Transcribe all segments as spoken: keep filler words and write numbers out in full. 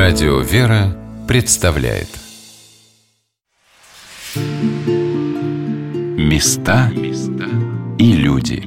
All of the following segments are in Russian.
Радио «Вера» представляет Места и люди.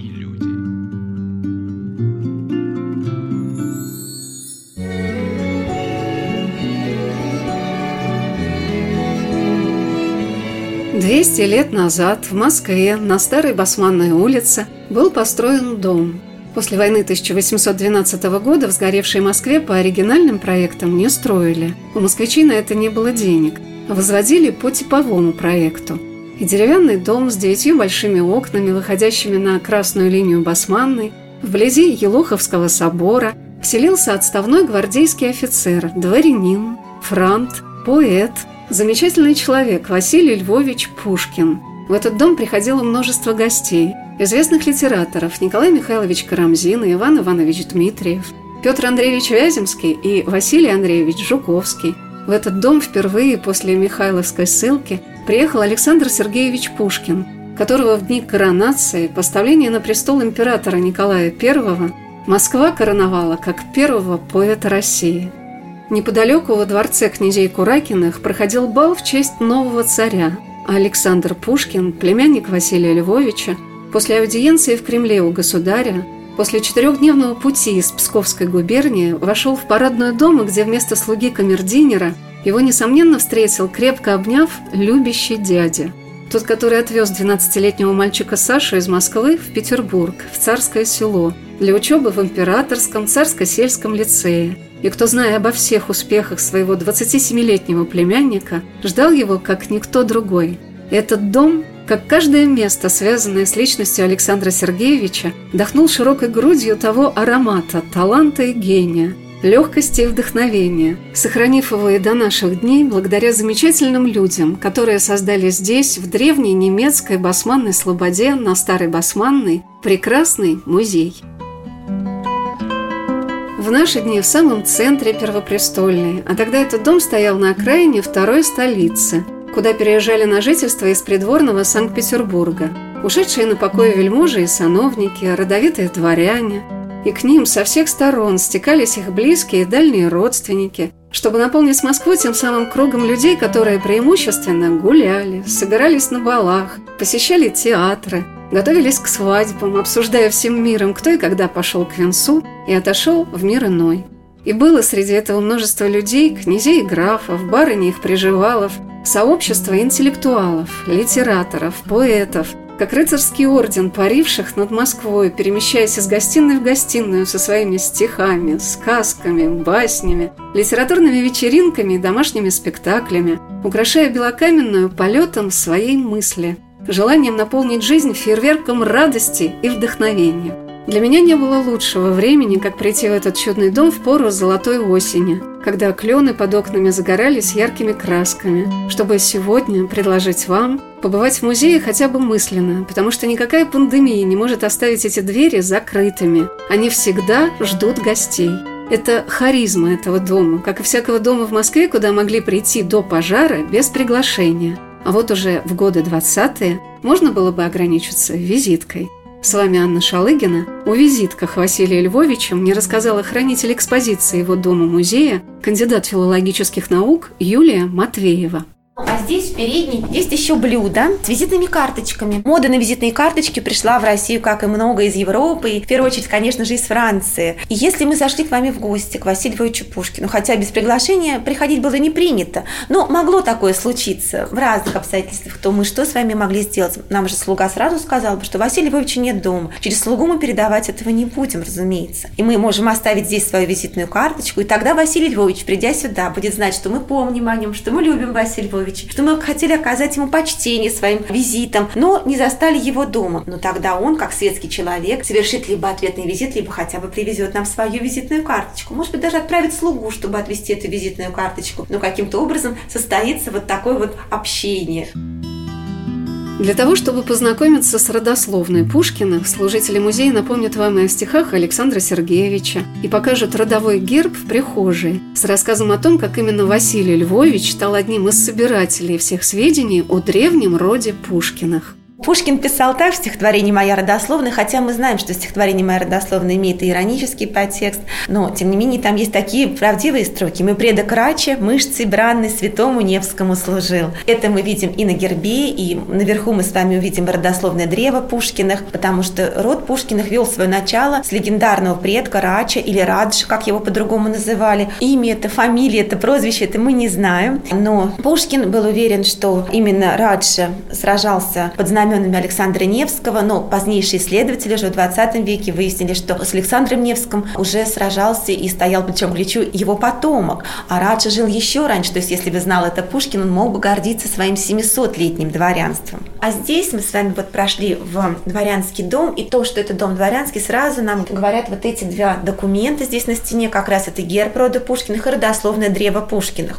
Двести лет назад в Москве на Старой Басманной улице был построен дом. После войны тысяча восемьсот двенадцатого года в сгоревшей Москве по оригинальным проектам не строили. У москвичей на это не было денег, а возводили по типовому проекту. И деревянный дом с девятью большими окнами, выходящими на красную линию Басманной, вблизи Елоховского собора, вселился отставной гвардейский офицер, дворянин, франт, поэт, замечательный человек Василий Львович Пушкин. В этот дом приходило множество гостей, известных литераторов Николай Михайлович Карамзин и Иван Иванович Дмитриев, Петр Андреевич Вяземский и Василий Андреевич Жуковский. В этот дом впервые после Михайловской ссылки приехал Александр Сергеевич Пушкин, которого в дни коронации, поставления на престол императора Николая Первого, Москва короновала как первого поэта России. Неподалеку во дворце князей Куракиных проходил бал в честь нового царя, а Александр Пушкин, племянник Василия Львовича, после аудиенции в Кремле у государя, после четырехдневного пути из Псковской губернии вошел в парадную дом, где вместо слуги камердинера его, несомненно, встретил, крепко обняв, любящий дядя. Тот, который отвез двенадцатилетнего мальчика Сашу из Москвы в Петербург, в Царское Село, для учебы в Императорском царско-сельском лицее. И кто, зная обо всех успехах своего двадцатисемилетнего племянника, ждал его как никто другой. Этот дом, как каждое место, связанное с личностью Александра Сергеевича, вдохнул широкой грудью того аромата, таланта и гения, легкости и вдохновения, сохранив его и до наших дней благодаря замечательным людям, которые создали здесь, в древней немецкой Басманной слободе на Старой Басманной, прекрасный музей. В наши дни в самом центре Первопрестольной, а тогда этот дом стоял на окраине второй столицы, куда переезжали на жительство из придворного Санкт-Петербурга, ушедшие на покой вельможи и сановники, родовитые дворяне. И к ним со всех сторон стекались их близкие и дальние родственники, чтобы наполнить Москву тем самым кругом людей, которые преимущественно гуляли, собирались на балах, посещали театры, готовились к свадьбам, обсуждая всем миром, кто и когда пошел к венцу и отошел в мир иной. И было среди этого множество людей, князей и графов, барыней их приживалов, сообщество интеллектуалов, литераторов, поэтов, как рыцарский орден, паривших над Москвой, перемещаясь из гостиной в гостиную со своими стихами, сказками, баснями, литературными вечеринками и домашними спектаклями, украшая Белокаменную полетом своей мысли, желанием наполнить жизнь фейерверком радости и вдохновения. Для меня не было лучшего времени, как прийти в этот чудный дом в пору золотой осени, когда клены под окнами загорались яркими красками, чтобы сегодня предложить вам побывать в музее хотя бы мысленно, потому что никакая пандемия не может оставить эти двери закрытыми. Они всегда ждут гостей. Это харизма этого дома, как и всякого дома в Москве, куда могли прийти до пожара без приглашения. А вот уже в годы двадцатые можно было бы ограничиться визиткой. С вами Анна Шалыгина. О визитках Василия Львовича мне рассказала хранитель экспозиции его дома-музея, кандидат филологических наук Юлия Матвеева. А здесь, в передней, есть еще блюдо с визитными карточками. Мода на визитные карточки пришла в Россию, как и много из Европы, и в первую очередь, конечно же, из Франции. И если мы зашли к вами в гости, к Василию Львовичу Пушкину, хотя без приглашения приходить было не принято, но могло такое случиться в разных обстоятельствах, то мы что с вами могли сделать? Нам же слуга сразу сказал, что Василия Львовича нет дома. Через слугу мы передавать этого не будем, разумеется. И мы можем оставить здесь свою визитную карточку, и тогда Василий Львович, придя сюда, будет знать, что мы помним о нем, что мы любим Василия Львовича, что мы хотели оказать ему почтение своим визитом, но не застали его дома. Но тогда он, как светский человек, совершит либо ответный визит, либо хотя бы привезет нам свою визитную карточку. Может быть, даже отправит слугу, чтобы отвезти эту визитную карточку. Но каким-то образом состоится вот такое вот общение. Для того, чтобы познакомиться с родословной Пушкиных, служители музея напомнят вам и о стихах Александра Сергеевича и покажут родовой герб в прихожей с рассказом о том, как именно Василий Львович стал одним из собирателей всех сведений о древнем роде Пушкиных. Пушкин писал так в стихотворении «Моя родословная», хотя мы знаем, что стихотворение «Моя родословная» имеет и иронический подтекст, но, тем не менее, там есть такие правдивые строки. «Мы предок Рача, мышцей бранной, святому Невскому служил». Это мы видим и на гербе, и наверху мы с вами увидим родословное древо Пушкиных, потому что род Пушкиных вел свое начало с легендарного предка Рача или Раджа, как его по-другому называли. Имя это, фамилия это, прозвище это мы не знаем, но Пушкин был уверен, что именно Раджа сражался под знаменами Александра Невского, но позднейшие исследователи уже в двадцатом веке выяснили, что с Александром Невским уже сражался и стоял плечом к плечу его потомок, а Раджа жил еще раньше, то есть если бы знал это Пушкин, он мог бы гордиться своим семисотлетним дворянством. А здесь мы с вами вот прошли в дворянский дом, и то, что это дом дворянский, сразу нам говорят вот эти два документа здесь на стене, как раз это герб рода Пушкиных и родословное древо Пушкиных.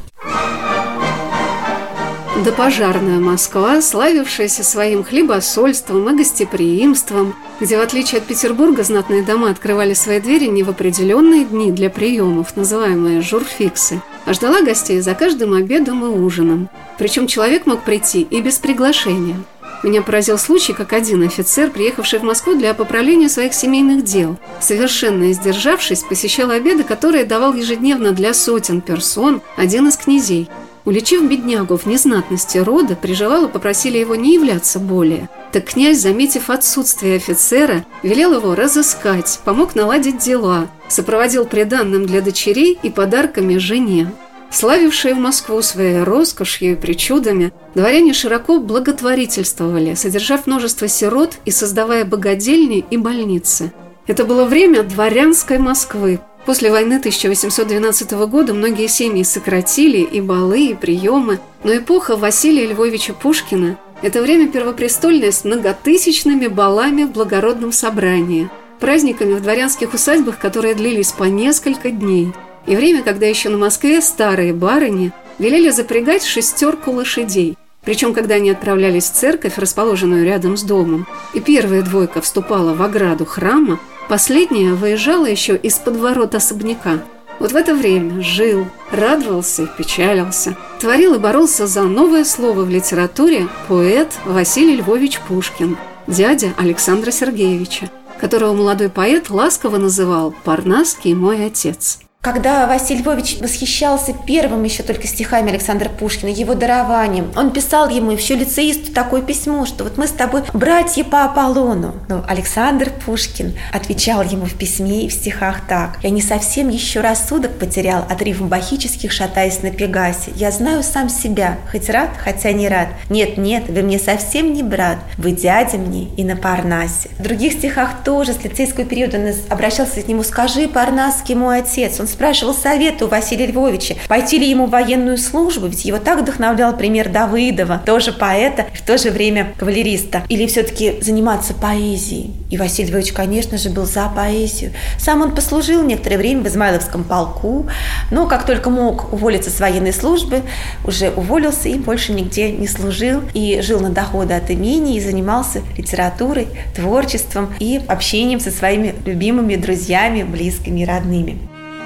Допожарная Москва, славившаяся своим хлебосольством и гостеприимством, где, в отличие от Петербурга, знатные дома открывали свои двери не в определенные дни для приемов, называемые журфиксы, а ждала гостей за каждым обедом и ужином. Причем человек мог прийти и без приглашения. Меня поразил случай, как один офицер, приехавший в Москву для поправления своих семейных дел, совершенно издержавшись, посещал обеды, которые давал ежедневно для сотен персон один из князей. Уличив беднягу в незнатности рода, приживал и попросили его не являться более. Так князь, заметив отсутствие офицера, велел его разыскать, помог наладить дела, сопроводил приданным для дочерей и подарками жене. Славившие Москву своей роскошью и причудами, дворяне широко благотворительствовали, содержав множество сирот и создавая богадельни и больницы. Это было время дворянской Москвы. После войны тысяча восемьсот двенадцатого года многие семьи сократили и балы, и приемы, но эпоха Василия Львовича Пушкина – это время первопрестольное с многотысячными балами в благородном собрании, праздниками в дворянских усадьбах, которые длились по несколько дней, и время, когда еще на Москве старые барыни велели запрягать шестерку лошадей. Причем, когда они отправлялись в церковь, расположенную рядом с домом, и первая двойка вступала в ограду храма, последняя выезжала еще из-под ворот особняка. Вот в это время жил, радовался и печалился, творил и боролся за новое слово в литературе поэт Василий Львович Пушкин, дядя Александра Сергеевича, которого молодой поэт ласково называл «Парнасский мой отец». Когда Василий Львович восхищался первым еще только стихами Александра Пушкина, его дарованием, он писал ему еще лицеисту такое письмо, что вот мы с тобой братья по Аполлону. Но Александр Пушкин отвечал ему в письме и в стихах так: «Я не совсем еще рассудок потерял от рифм бахических, шатаясь на Пегасе. Я знаю сам себя, хоть рад, хотя не рад. Нет-нет, вы мне совсем не брат, вы дядя мне и на Парнасе». В других стихах тоже с лицейского периода он обращался к нему: «Скажи, Парнасский мой отец». Он спрашивал совета у Василия Львовича, пойти ли ему в военную службу, ведь его так вдохновлял пример Давыдова, тоже поэта, в то же время кавалериста, или все-таки заниматься поэзией. И Василий Львович, конечно же, был за поэзию. Сам он послужил некоторое время в Измайловском полку, но как только мог уволиться с военной службы, уже уволился и больше нигде не служил, и жил на доходы от имени, и занимался литературой, творчеством и общением со своими любимыми друзьями, близкими и родными.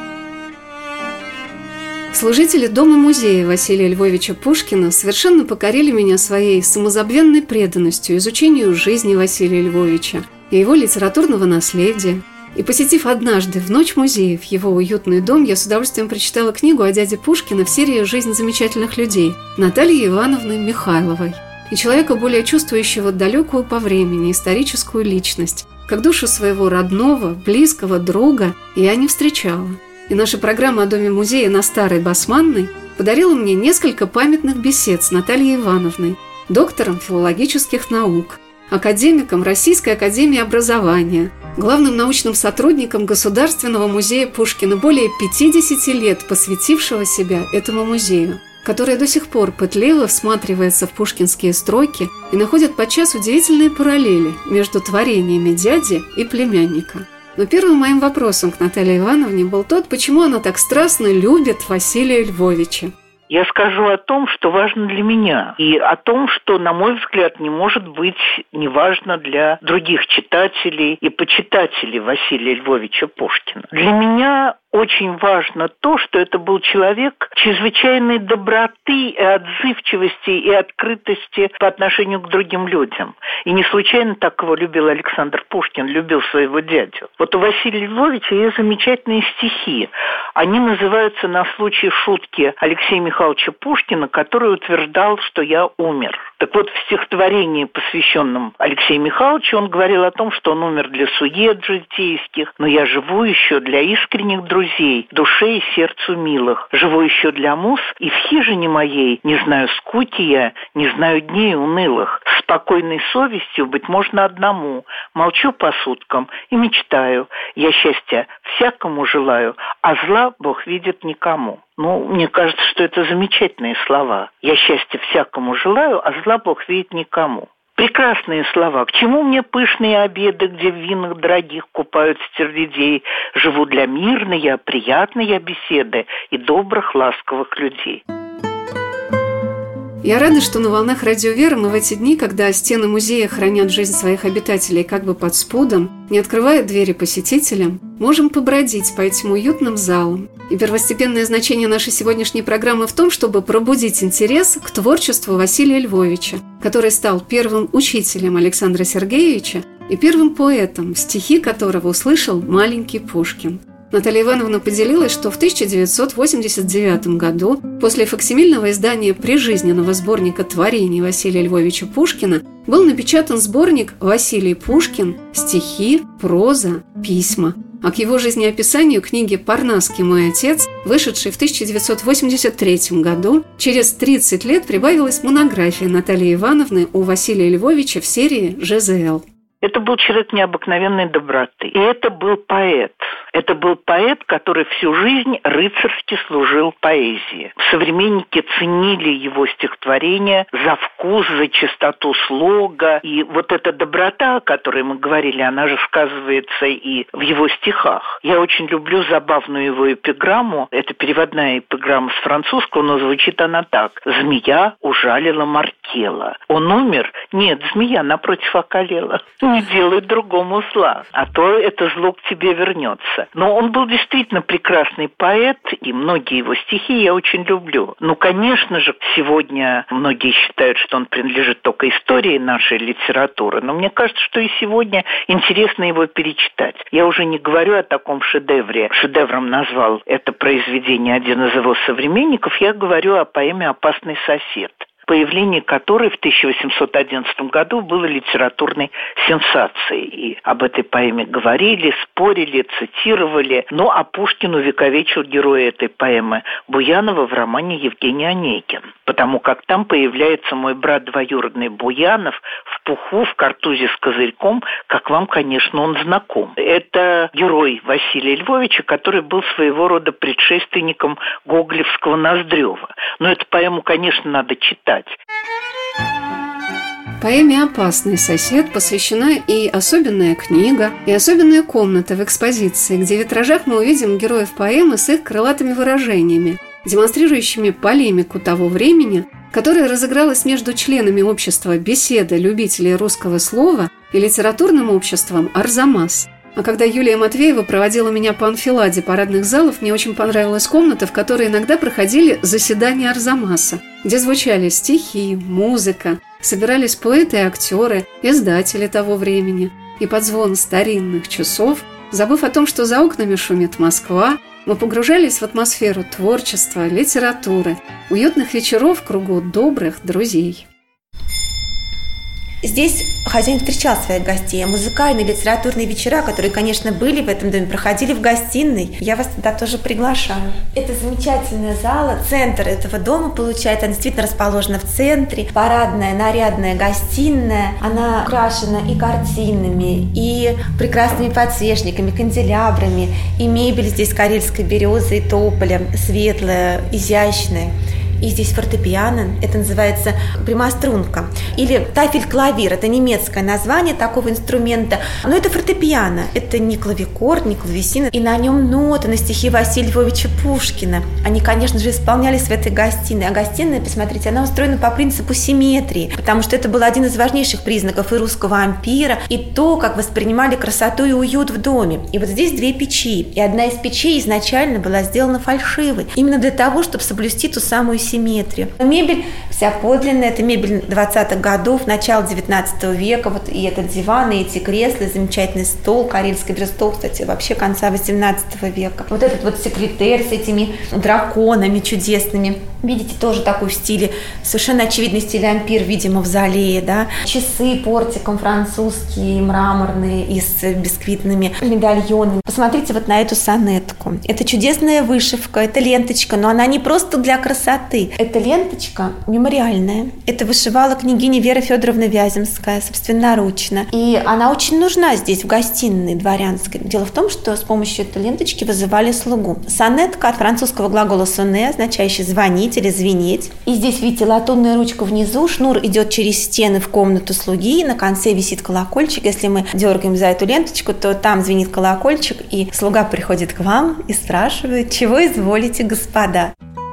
Служители дома-музея Василия Львовича Пушкина совершенно покорили меня своей самозабвенной преданностью изучению жизни Василия Львовича и его литературного наследия. И, посетив однажды в ночь музеев его уютный дом, я с удовольствием прочитала книгу о дяде Пушкина в серии «Жизнь замечательных людей» Натальи Ивановны Михайловой. И человека, более чувствующего далекую по времени историческую личность, как душу своего родного, близкого друга, я не встречала. И наша программа о доме-музее на Старой Басманной подарила мне несколько памятных бесед с Натальей Ивановной, доктором филологических наук, академиком Российской академии образования, главным научным сотрудником Государственного музея Пушкина, более пятидесяти лет посвятившего себя этому музею, которая до сих пор пытливо всматривается в пушкинские строки и находит подчас удивительные параллели между творениями дяди и племянника. Но первым моим вопросом к Наталье Ивановне был тот, почему она так страстно любит Василия Львовича. Я скажу о том, что важно для меня, и о том, что, на мой взгляд, не может быть неважно для других читателей и почитателей Василия Львовича Пушкина. Для меня очень важно то, что это был человек чрезвычайной доброты и отзывчивости и открытости по отношению к другим людям. И не случайно так его любил Александр Пушкин, любил своего дядю. Вот у Василия Львовича есть замечательные стихи. Они называются на случай шутки Алексея Михайловича Пушкина, который утверждал, что я умер. Так вот, в стихотворении, посвященном Алексею Михайловичу, он говорил о том, что он умер для сует житейских, но я живу еще для искренних друзей, душе и сердцу милых. Живу еще для муз, и в хижине моей не знаю скуки я, не знаю дней унылых. С спокойной совестью быть можно одному. Молчу по суткам и мечтаю. Я счастья всякому желаю, а зла Бог видит никому. Ну, мне кажется, что это замечательные слова. Я счастья всякому желаю, а зла Бог видит никому. Прекрасные слова. К чему мне пышные обеды, где в винах дорогих купают стервидей? Живу для мирной, я приятной беседы и добрых, ласковых людей. Я рада, что на волнах Радио Вера мы в эти дни, когда стены музея хранят жизнь своих обитателей как бы под спудом, не открывая двери посетителям, можем побродить по этим уютным залам. И первостепенное значение нашей сегодняшней программы в том, чтобы пробудить интерес к творчеству Василия Львовича, который стал первым учителем Александра Сергеевича и первым поэтом, стихи которого услышал маленький Пушкин. Наталья Ивановна поделилась, что в тысяча девятьсот восемьдесят девятом году, после факсимильного издания прижизненного сборника творений Василия Львовича Пушкина, был напечатан сборник «Василий Пушкин. Стихи, проза, письма». А к его жизнеописанию книги «Парнасский мой отец», вышедшей в тысяча девятьсот восемьдесят третьем году, через тридцать лет прибавилась монография Натальи Ивановны у Василия Львовича в серии «ЖЗЛ». Это был человек необыкновенной доброты. И это был поэт. Это был поэт, который всю жизнь рыцарски служил поэзии. Современники ценили его стихотворения за вкус, за чистоту слога. И вот эта доброта, о которой мы говорили, она же сказывается и в его стихах. Я очень люблю забавную его эпиграмму. Это переводная эпиграмма с французского, но звучит она так. «Змея ужалила Маркела». Он умер? Нет, змея напротив околела. Не делай другому зла, а то это зло к тебе вернется. Но он был действительно прекрасный поэт, и многие его стихи я очень люблю. Ну, конечно же, сегодня многие считают, что он принадлежит только истории нашей литературы, но мне кажется, что и сегодня интересно его перечитать. Я уже не говорю о таком шедевре. Шедевром назвал это произведение один из его современников, я говорю о поэме «Опасный сосед», появление которой в тысяча восемьсот одиннадцатом году было литературной сенсацией. И об этой поэме говорили, спорили, цитировали. Ну, а Пушкин увековечил героя этой поэмы Буянова в романе «Евгений Онегин». Потому как там появляется мой брат двоюродный Буянов в пуху, в картузе с козырьком, как вам, конечно, он знаком. Это герой Василия Львовича, который был своего рода предшественником гоголевского Ноздрёва. Но эту поэму, конечно, надо читать. Поэме «Опасный сосед» посвящена и особенная книга, и особенная комната в экспозиции, где в витражах мы увидим героев поэмы с их крылатыми выражениями, демонстрирующими полемику того времени, которая разыгралась между членами общества «Беседа любителей русского слова» и литературным обществом «Арзамас». А когда Юлия Матвеева проводила меня по анфиладе парадных залов, мне очень понравилась комната, в которой иногда проходили заседания Арзамаса, где звучали стихи, музыка, собирались поэты и актеры, издатели того времени. И под звон старинных часов, забыв о том, что за окнами шумит Москва, мы погружались в атмосферу творчества, литературы, уютных вечеров в кругу добрых друзей. Здесь хозяин встречал своих гостей, а музыкальные литературные вечера, которые, конечно, были в этом доме, проходили в гостиной. Я вас туда тоже приглашаю. Это замечательная зала, центр этого дома получается. Она действительно расположена в центре. Парадная, нарядная гостиная. Она украшена и картинами, и прекрасными подсвечниками, канделябрами. И мебель здесь карельской березы и тополя, светлая, изящная. и здесь фортепиано, это называется прямострунка. Или тафель-клавир, это немецкое название такого инструмента, но это фортепиано, это не клавикорд, не клавесин, и на нем ноты на стихи Василия Львовича Пушкина. Они, конечно же, исполнялись в этой гостиной, а гостиная, посмотрите, она устроена по принципу симметрии, потому что это был один из важнейших признаков и русского ампира, и то, как воспринимали красоту и уют в доме. И вот здесь две печи, и одна из печей изначально была сделана фальшивой, именно для того, чтобы соблюсти ту самую симметрию. Мебель вся подлинная, это мебель двадцатых годов, начала девятнадцатого века, вот и этот диван, и эти кресла, и замечательный стол, карельский стол, кстати, вообще конца восемнадцатого века. Вот этот вот секретарь с этими драконами чудесными, видите, тоже такой в стиле, совершенно очевидный стиль ампир, видимо, мавзолея, да. Часы портиком французские, мраморные и с бисквитными медальонами. Посмотрите вот на эту сонетку. Это чудесная вышивка, это ленточка, но она не просто для красоты. Эта ленточка мемориальная. Это вышивала княгиня Вера Федоровна Вяземская собственноручно. И она очень нужна здесь, в гостиной дворянской. Дело в том, что с помощью этой ленточки вызывали слугу. Сонетка от французского глагола sonner, означающий звонить или звенеть. И здесь, видите, латунная ручка внизу, шнур идет через стены в комнату слуги, на конце висит колокольчик. Если мы дергаем за эту ленточку, то там звенит колокольчик, и слуга приходит к вам и спрашивает: чего изволите, господа?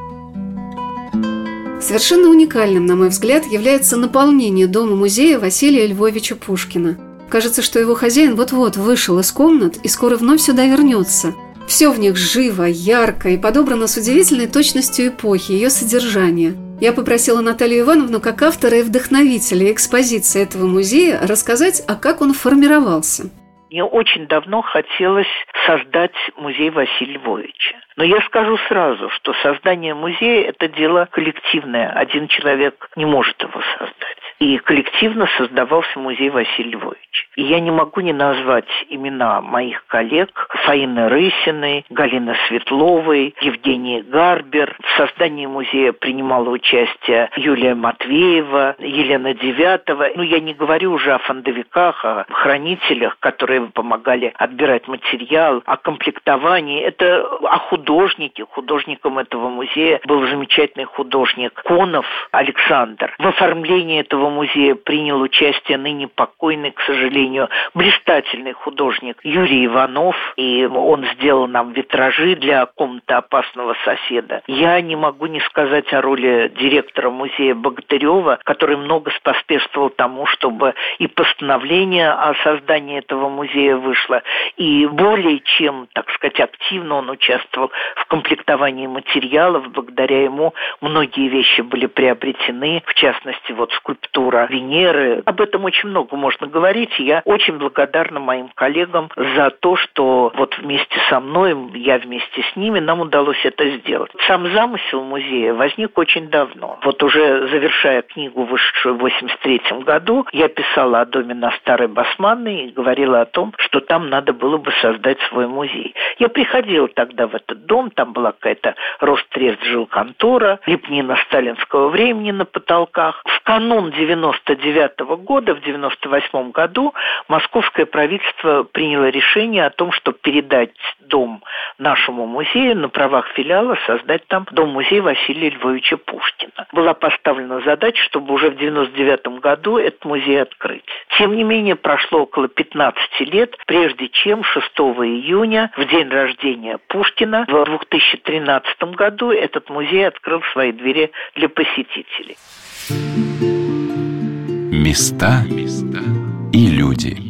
Совершенно уникальным, на мой взгляд, является наполнение дома-музея Василия Львовича Пушкина. Кажется, что его хозяин вот-вот вышел из комнат и скоро вновь сюда вернется. Все в них живо, ярко и подобрано с удивительной точностью эпохи, ее содержания. Я попросила Наталью Ивановну, как автора и вдохновителя экспозиции этого музея, рассказать, а как он формировался. Мне очень давно хотелось создать музей Василия Львовича. Но я скажу сразу, что создание музея – это дело коллективное. Один человек не может его создать. И коллективно создавался музей Василия Львовича. И я не могу не назвать имена моих коллег: Фаины Рысиной, Галины Светловой, Евгении Гарбер. В создании музея принимала участие Юлия Матвеева, Елена Девятова. Ну, я не говорю уже о фондовиках, о хранителях, которые помогали отбирать материал, о комплектовании. Это о художнике. Художником этого музея был замечательный художник Конов Александр. В оформлении этого музея принял участие ныне покойный, к сожалению, блистательный художник Юрий Иванов, и он сделал нам витражи для комнаты опасного соседа. Я не могу не сказать о роли директора музея Богатырева, который много способствовал тому, чтобы и постановление о создании этого музея вышло, и более чем, так сказать, активно он участвовал в комплектовании материалов. Благодаря ему многие вещи были приобретены, в частности, вот скульптура Венеры. Об этом очень много можно говорить. Я очень благодарна моим коллегам за то, что вот вместе со мной, я вместе с ними, нам удалось это сделать. Сам замысел музея возник очень давно. Вот уже завершая книгу, вышедшую в восемьдесят третьем году, я писала о доме на Старой Басманной и говорила о том, что там надо было бы создать свой музей. Я приходила тогда в этот дом, там была какая-то Рострест жилконтора, лепнина сталинского времени на потолках. В канун девяносто девятого года, в девяносто восьмом году, московское правительство приняло решение о том, чтобы передать дом нашему музею, на правах филиала создать там дом-музей Василия Львовича Пушкина. Была поставлена задача, чтобы уже в девяносто девятом году этот музей открыть. Тем не менее, прошло около пятнадцати лет, прежде чем шестого июня, в день рождения Пушкина, в две тысячи тринадцатом году, этот музей открыл свои двери для посетителей. Места и люди.